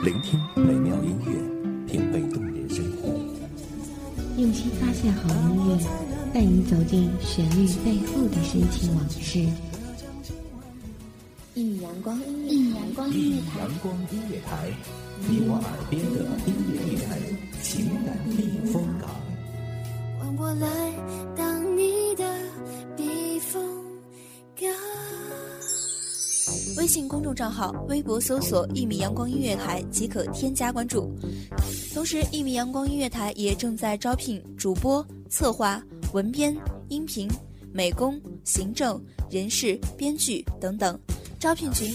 聆听美妙音乐，品味动人生活， 用心发现好音乐，带你走进旋律背后的深情往事。 一米阳光音乐台，你我耳边的音乐电台，情感避风港。 换我来当你的避风港。 微信公众账号、微博搜索“一米阳光音乐台”即可添加关注。同时，一米阳光音乐台也正在招聘主播、策划、文编、音频、美工、行政、人事、编剧等等。招聘群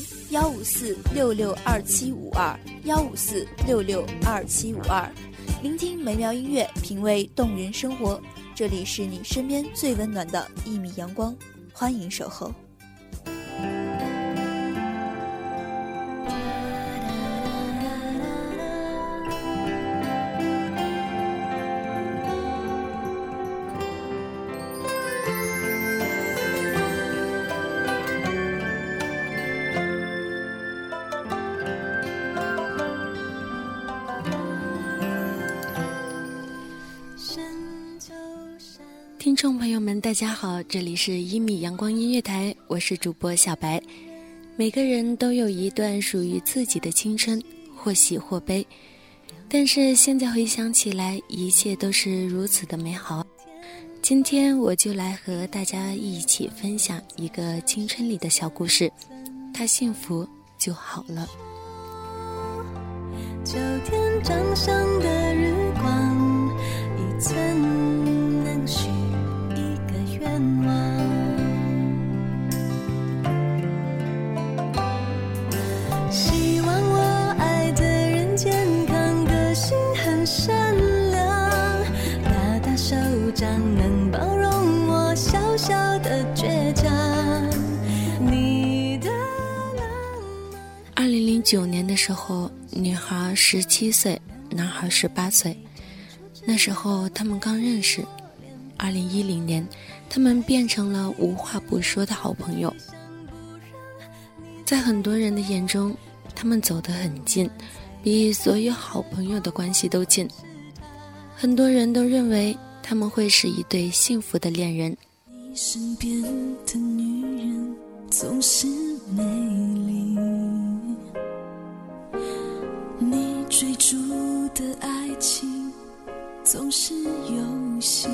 154662752，154662752。聆听美妙音乐，品味动人生活。这里是你身边最温暖的一米阳光，欢迎守候。 听众朋友们大家好，这里是一米阳光音乐台，我是主播小白。每个人都有一段属于自己的青春，或喜或悲，但是现在回想起来，一切都是如此的美好。今天我就来和大家一起分享一个青春里的小故事，他幸福就好了。 秋天掌上的日光，一寸能许一个愿望。希望我爱的人健康，个性很善良，大大手掌能包容我小小的倔强。你的 2009年的时候，女孩17岁，男孩18岁。那时候他们刚认识。2010年，他们变成了无话不说的好朋友。在很多人的眼中，他们走得很近，比所有好朋友的关系都近。很多人都认为他们会是一对幸福的恋人。 你身边的女人总是美丽，你追逐的爱情总是游戏，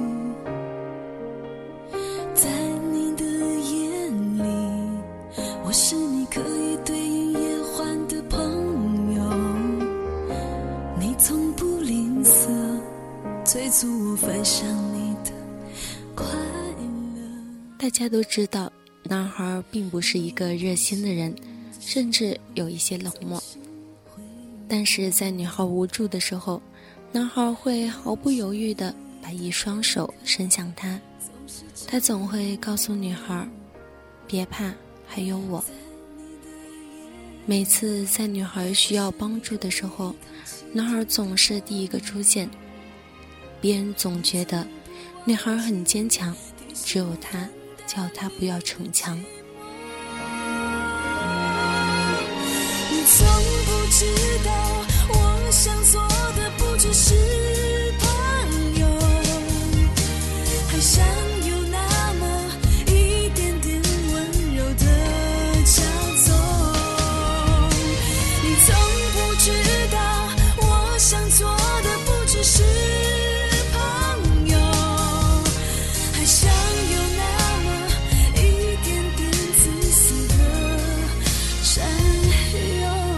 在你的眼里，我是你可以对应夜幻的朋友，你从不吝啬催促我分享你的快乐。 大家都知道，男孩并不是一个热心的人，甚至有一些冷漠。但是在女孩无助的时候，男孩会毫不犹豫地把一双手伸向她，他总会告诉女孩，别怕，还有我。每次在女孩需要帮助的时候，男孩总是第一个出现。别人总觉得女孩很坚强，只有他叫她不要逞强。 你从不知道，我想做的不只是朋友，还想有那么一点点温柔的骄纵。你从不知道，我想做的不只是朋友，还想有那么一点点自私的占有。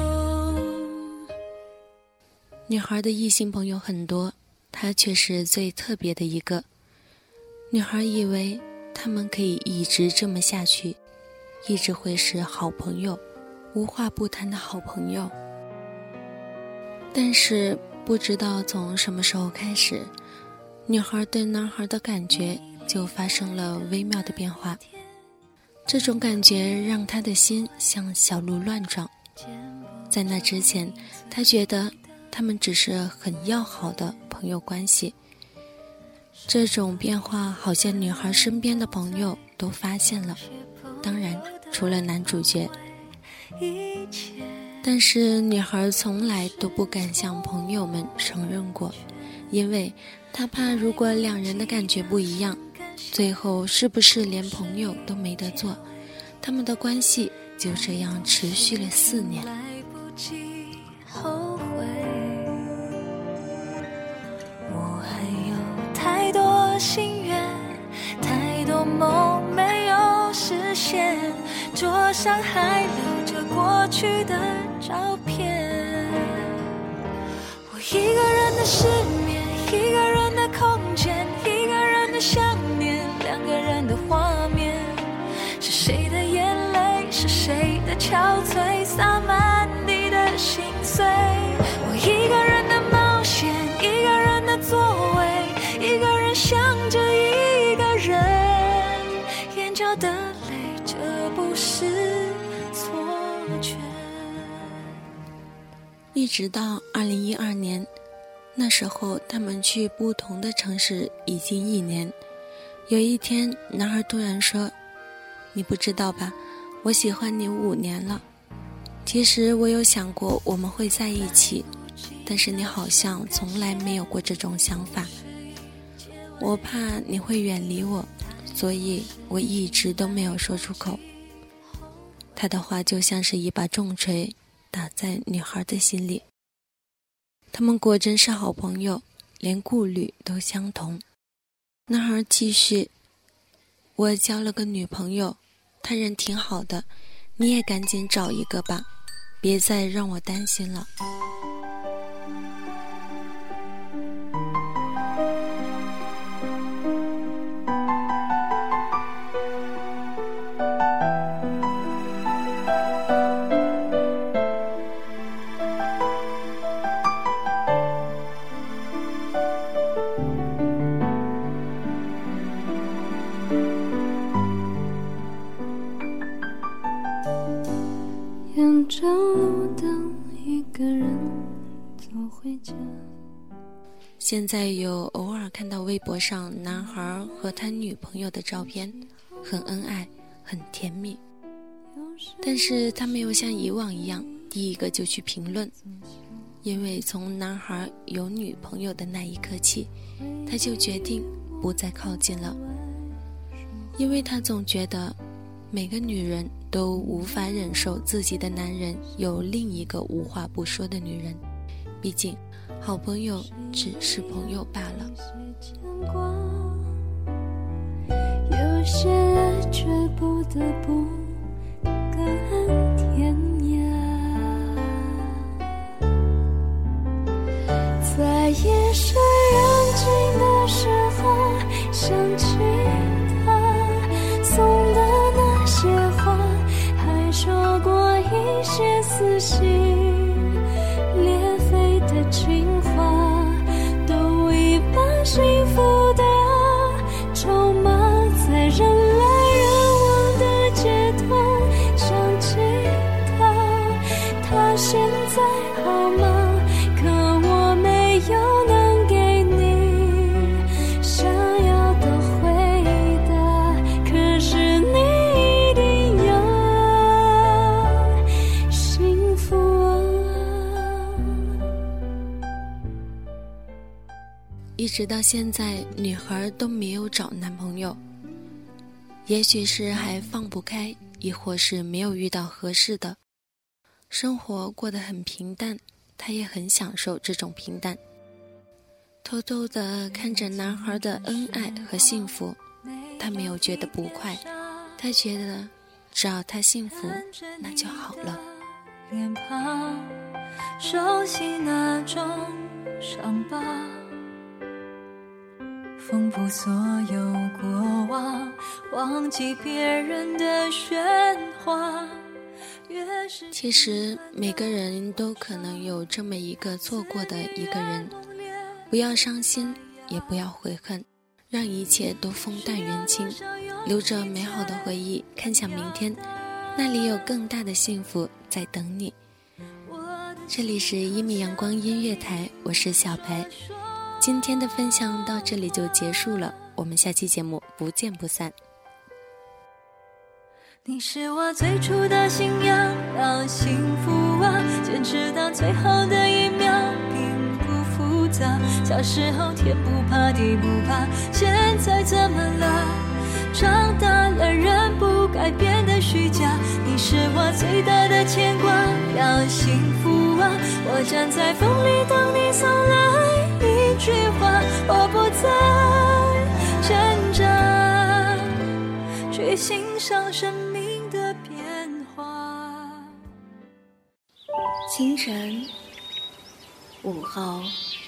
女孩的异性朋友很多，她却是最特别的一个。女孩以为他们可以一直这么下去，一直会是好朋友，无话不谈的好朋友。但是不知道从什么时候开始，女孩对男孩的感觉就发生了微妙的变化。这种感觉让她的心像小鹿乱撞。在那之前，她觉得他们只是很要好的朋友关系。这种变化好像女孩身边的朋友都发现了，当然除了男主角。 一切但是女孩从来都不敢向朋友们承认过，因为她怕如果两人的感觉不一样，最后是不是连朋友都没得做，他们的关系就这样持续了4年。 来不及后悔，我还有太多心愿，太多梦没有实现，桌上还留着过去的照片。我一个人的失眠，一个人的空间，一个人的想念，两个人的画面，是谁的眼泪，是谁的憔悴，洒满地的心碎。我一个人的冒险，一个人的座位，一个人想着一个人，眼角的泪，这不是错觉。 一直到2012年，那时候他们去不同的城市已经1年。有一天，男孩突然说：“你不知道吧，我喜欢你5年了。其实我有想过我们会在一起，但是你好像从来没有过这种想法。我怕你会远离我，所以我一直都没有说出口。”他的话就像是一把重锤打在女孩的心里。他们果真是好朋友，连顾虑都相同。男孩继续：“我交了个女朋友，她人挺好的，你也赶紧找一个吧，别再让我担心了。” 沿着路灯，一个人走回家。 现在有偶尔看到微博上男孩和他女朋友的照片，很恩爱，很甜蜜。但是他没有像以往一样第一个就去评论，因为从男孩有女朋友的那一刻起，他就决定不再靠近了。因为他总觉得每个女人都无法忍受自己的男人有另一个无话不说的女人，毕竟好朋友只是朋友罢了。 有些爱却不得不各安天涯，在夜深人静的时候想起他送的那些话，还说过一些撕心裂肺的情话，都已把幸福的筹码在人来人往的街头想起他现在好吗？可我没有能给你想要的回答，可是你一定有幸福啊。 一直到现在，女孩都没有找男朋友，也许是还放不开，亦或是没有遇到合适的。生活过得很平淡，她也很享受这种平淡。偷偷地看着男孩的恩爱和幸福，她没有觉得不快，她觉得只要他幸福，那就好了。 脸庞熟悉那种伤疤，缝补所有过往，忘记别人的喧哗。 其实每个人都可能有这么一个错过的一个人，不要伤心，也不要悔恨，让一切都风淡云轻，留着美好的回忆，看向明天，那里有更大的幸福在等你。这里是1米阳光音乐台，我是小白。今天的分享到这里就结束了，我们下期节目不见不散。 你是我最初的信仰，要幸福啊，坚持到最后的一秒，并不复杂。小时候天不怕地不怕，现在怎么了？长大了人不改变的虚假，你是我最大的牵挂，要幸福啊，我站在风里等你送来一句话，我不再挣扎，去欣赏生命的变化。 清晨，午后，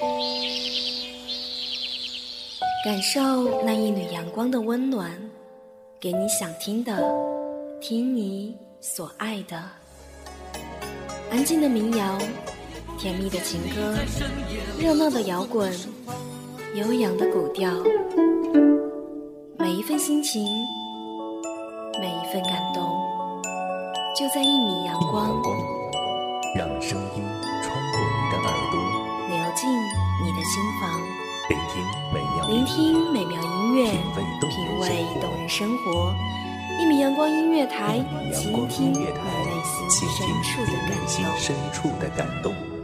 感受那一缕阳光的温暖，给你想听的，听你所爱的。安静的民谣，甜蜜的情歌，热闹的摇滚，悠扬的古调，每一份心情，每一份感动，就在1米阳光， 让声音穿过你的耳朵， 流进你的心房， 聆听美妙音乐，品味动人生活。1米阳光音乐台，倾听你内心深处的感动。